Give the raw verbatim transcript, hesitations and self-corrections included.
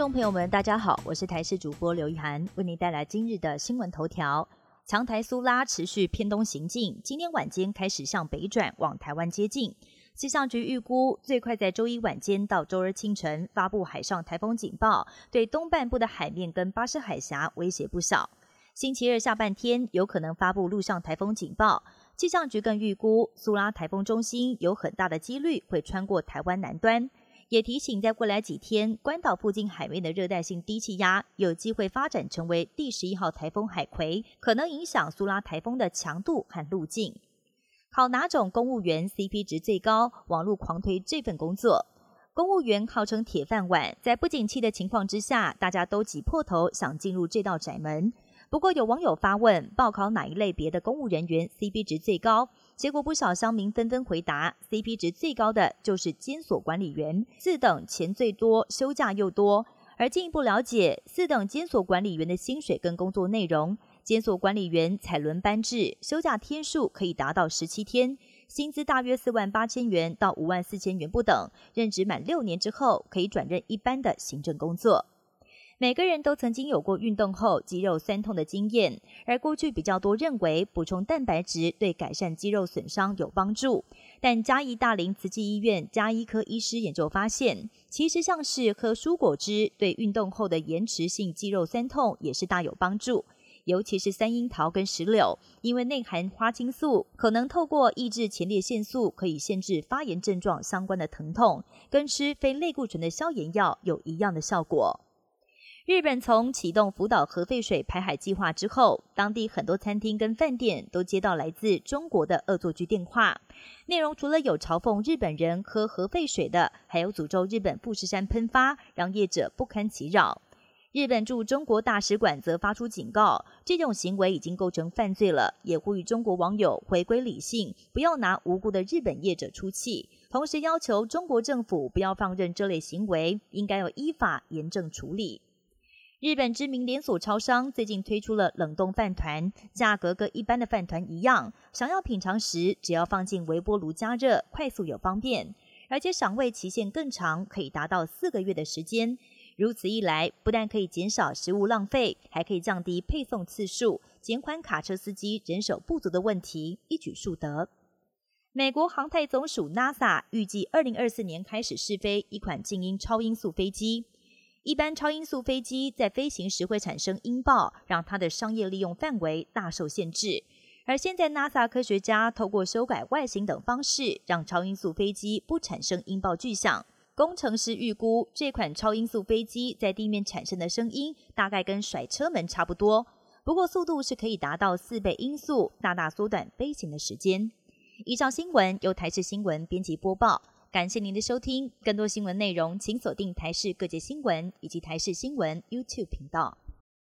众朋友们大家好，我是台视主播刘一涵，为您带来今日的新闻头条。强台苏拉持续偏东行进，今天晚间开始向北转，往台湾接近。气象局预估最快在周一晚间到周二清晨发布海上台风警报，对东半部的海面跟巴士海峡威胁不小。星期二下半天有可能发布陆上台风警报。气象局更预估苏拉台风中心有很大的几率会穿过台湾南端。也提醒，在未来几天，关岛附近海面的热带性低气压有机会发展成为第十一号台风海葵，可能影响苏拉台风的强度和路径。考哪种公务员 C P 值最高？网络狂推这份工作。公务员号称铁饭碗，在不景气的情况之下，大家都挤破头想进入这道窄门。不过有网友发问，报考哪一类别的公务人员 C P 值最高？结果不少乡民纷纷回答 ，C P 值最高的就是监所管理员，四等钱最多，休假又多。而进一步了解，四等监所管理员的薪水跟工作内容，监所管理员采轮班制，休假天数可以达到十七天，薪资大约四万八千元到五万四千元不等，任职满六年之后可以转任一般的行政工作。每个人都曾经有过运动后肌肉酸痛的经验，而过去比较多认为补充蛋白质对改善肌肉损伤有帮助。但嘉义大林慈济医院家医科医师研究发现，其实像是喝蔬果汁对运动后的延迟性肌肉酸痛也是大有帮助。尤其是三樱桃跟石榴，因为内含花青素，可能透过抑制前列腺素，可以限制发炎症状相关的疼痛，跟吃非类固醇的消炎药有一样的效果。日本从启动福岛核废水排海计划之后，当地很多餐厅跟饭店都接到来自中国的恶作剧电话，内容除了有嘲讽日本人喝核废水的，还有诅咒日本富士山喷发，让业者不堪其扰。日本驻中国大使馆则发出警告，这种行为已经构成犯罪了，也呼吁中国网友回归理性，不要拿无辜的日本业者出气，同时要求中国政府不要放任这类行为，应该要依法严正处理。日本知名连锁超商最近推出了冷冻饭团，价格跟一般的饭团一样，想要品尝时只要放进微波炉加热，快速又方便，而且赏味期限更长，可以达到四个月的时间。如此一来，不但可以减少食物浪费，还可以降低配送次数，减缓卡车司机人手不足的问题，一举数得。美国航太总署 NASA 预计二零二四年开始试飞一款静音超音速飞机。一般超音速飞机在飞行时会产生音爆，让它的商业利用范围大受限制。而现在 NASA 科学家透过修改外形等方式，让超音速飞机不产生音爆巨响。工程师预估，这款超音速飞机在地面产生的声音大概跟甩车门差不多，不过速度是可以达到四倍音速，大大缩短飞行的时间。以上新闻由台视新闻编辑播报。感谢您的收听，更多新闻内容请锁定台视各界新闻以及台视新闻 YouTube 频道。